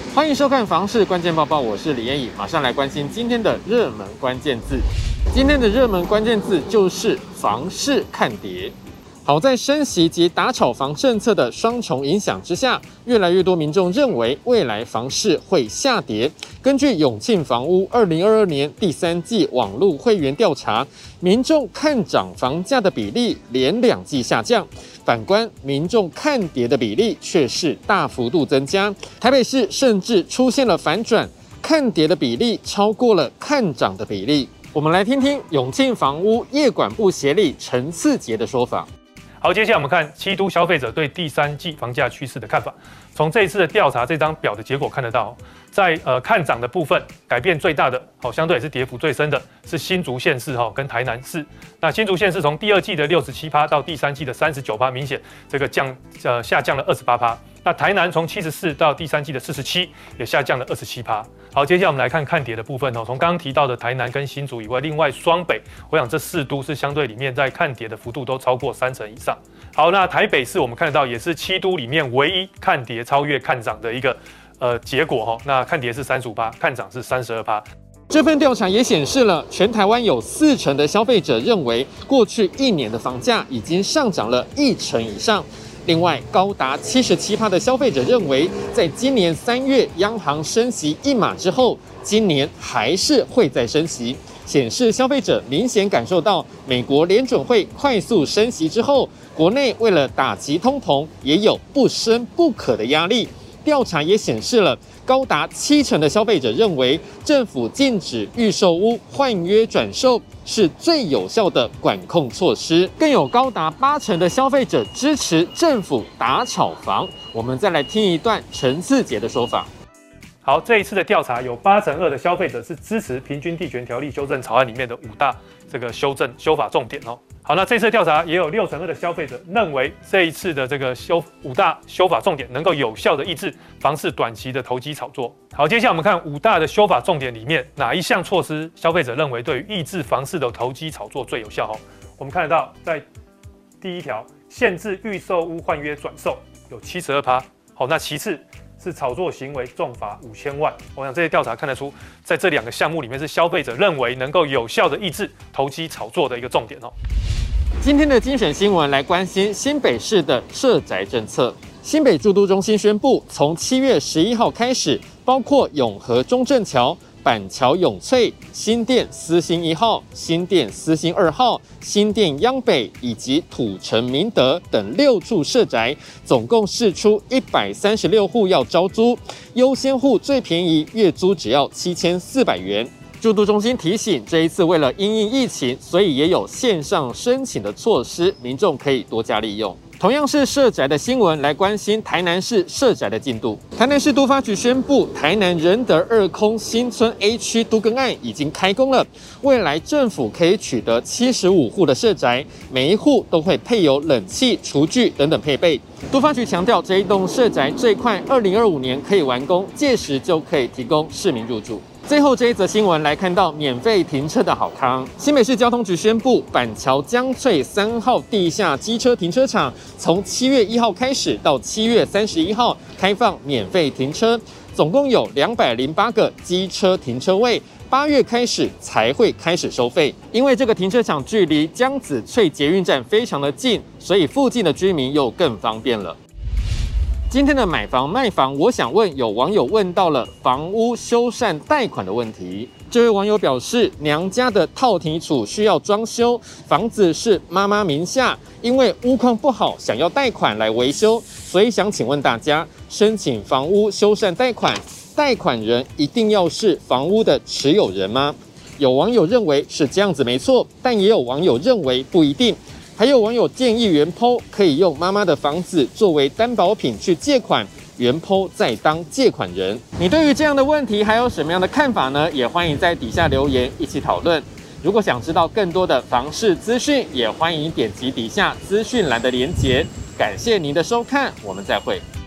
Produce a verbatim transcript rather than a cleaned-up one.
欢迎收看房市关键报报，我是李彦颖，马上来关心今天的热门关键字。今天的热门关键字就是房市看跌。好在升息及打炒房政策的双重影响之下，越来越多民众认为未来房市会下跌。根据永庆房屋二零二二年第三季网络会员调查，民众看涨房价的比例连两季下降，反观民众看跌的比例却是大幅度增加。台北市甚至出现了反转，看跌的比例超过了看涨的比例。我们来听听永庆房屋业管部协理陈次杰的说法。 好，接下来我们看七都消费者对第三季房价趋势的看法。从这一次的调查这张表的结果看得到，在呃看涨的部分，改变最大的，好，相对也是跌幅最深的是新竹县市哈跟台南市。那新竹县市从第二季的六十七趴到第三季的三十九趴，明显这个降呃下降了二十八趴。那台南从七十四到第三季的四十七，也下降了二十七趴。好，接下来我们来看看跌的部分哦。从刚刚提到的台南跟新竹以外，另外双北，我想这四都是相对里面在看跌的幅度都超过三成以上。好，那台北市我们看得到也是七都里面唯一看跌超越看涨的一个呃结果哈。那看跌是三十五趴，看涨是三十二趴。 这份调查也显示了，全台湾有四成的消费者认为，过去一年的房价已经上涨了一成以上。另外，高达七十七趴的消费者认为，在今年三月央行升息一码之后，今年还是会再升息，显示消费者明显感受到美国联准会快速升息之后，国内为了打击通膨，也有不升不可的压力。调查也显示了，高达七成的消费者认为，政府禁止预售屋换约转售是最有效的管控措施，更有高达八成的消费者支持政府打炒房。我们再来听一段陈次杰的说法。 好，这一次的调查有八成二的消费者是支持平均地权条例修正草案里面的五大这个修正修法重点哦。好，那这次的调查也有六成二的消费者认为这一次的这个修五大修法重点能够有效的抑制房市短期的投机炒作。好，接下来我们看五大的修法重点里面哪一项措施消费者认为对于抑制房市的投机炒作最有效哦？我们看得到，在第一条限制预售屋换约转售有七十二趴。好，那其次是炒作行为重罚五千万。我想这些调查看得出，在这两个项目里面是消费者认为能够有效的抑制投机炒作的一个重点哦。 今天的精选新闻来关心新北市的社宅政策。新北住都中心宣布，从七月十一号开始，包括永和中正桥、板桥永翠、新店思兴一号、新店思兴二号、新店央北以及土城明德等六处社宅，总共释出一百三十六户要招租，优先户最便宜，月租只要七千四百元。住都中心提醒，这一次为了因应疫情，所以也有线上申请的措施，民众可以多加利用。同样是社宅的新闻，来关心台南市社宅的进度。台南市都发局宣布，台南仁德二空新村 A 区都更案已经开工了，未来政府可以取得七十五户的社宅，每一户都会配有冷气、厨具等等配备。都发局强调，这一栋社宅最快二零二五年可以完工，届时就可以提供市民入住。最后这一则新闻来看到免费停车的好康，新北市交通局宣布，板桥江翠三号地下机车停车场从七月一号开始到七月三十一号开放免费停车，总共有两百零八个机车停车位，八月开始才会开始收费。因为这个停车场距离江子翠捷运站非常的近，所以附近的居民又更方便了。今天的买房卖房，我想问有网友问到了房屋修缮贷款的问题。这位网友表示，娘家的套体处需要装修，房子是妈妈名下，因为屋况不好，想要贷款来维修，所以想请问大家，申请房屋修缮贷款，贷款人一定要是房屋的持有人吗？有网友认为是这样子没错，但也有网友认为不一定。还有网友建议原 po 可以用妈妈的房子作为担保品去借款，原 po 再当借款人。你对于这样的问题还有什么样的看法呢？也欢迎在底下留言一起讨论。如果想知道更多的房市资讯，也欢迎点击底下资讯栏的连结。感谢您的收看，我们再会。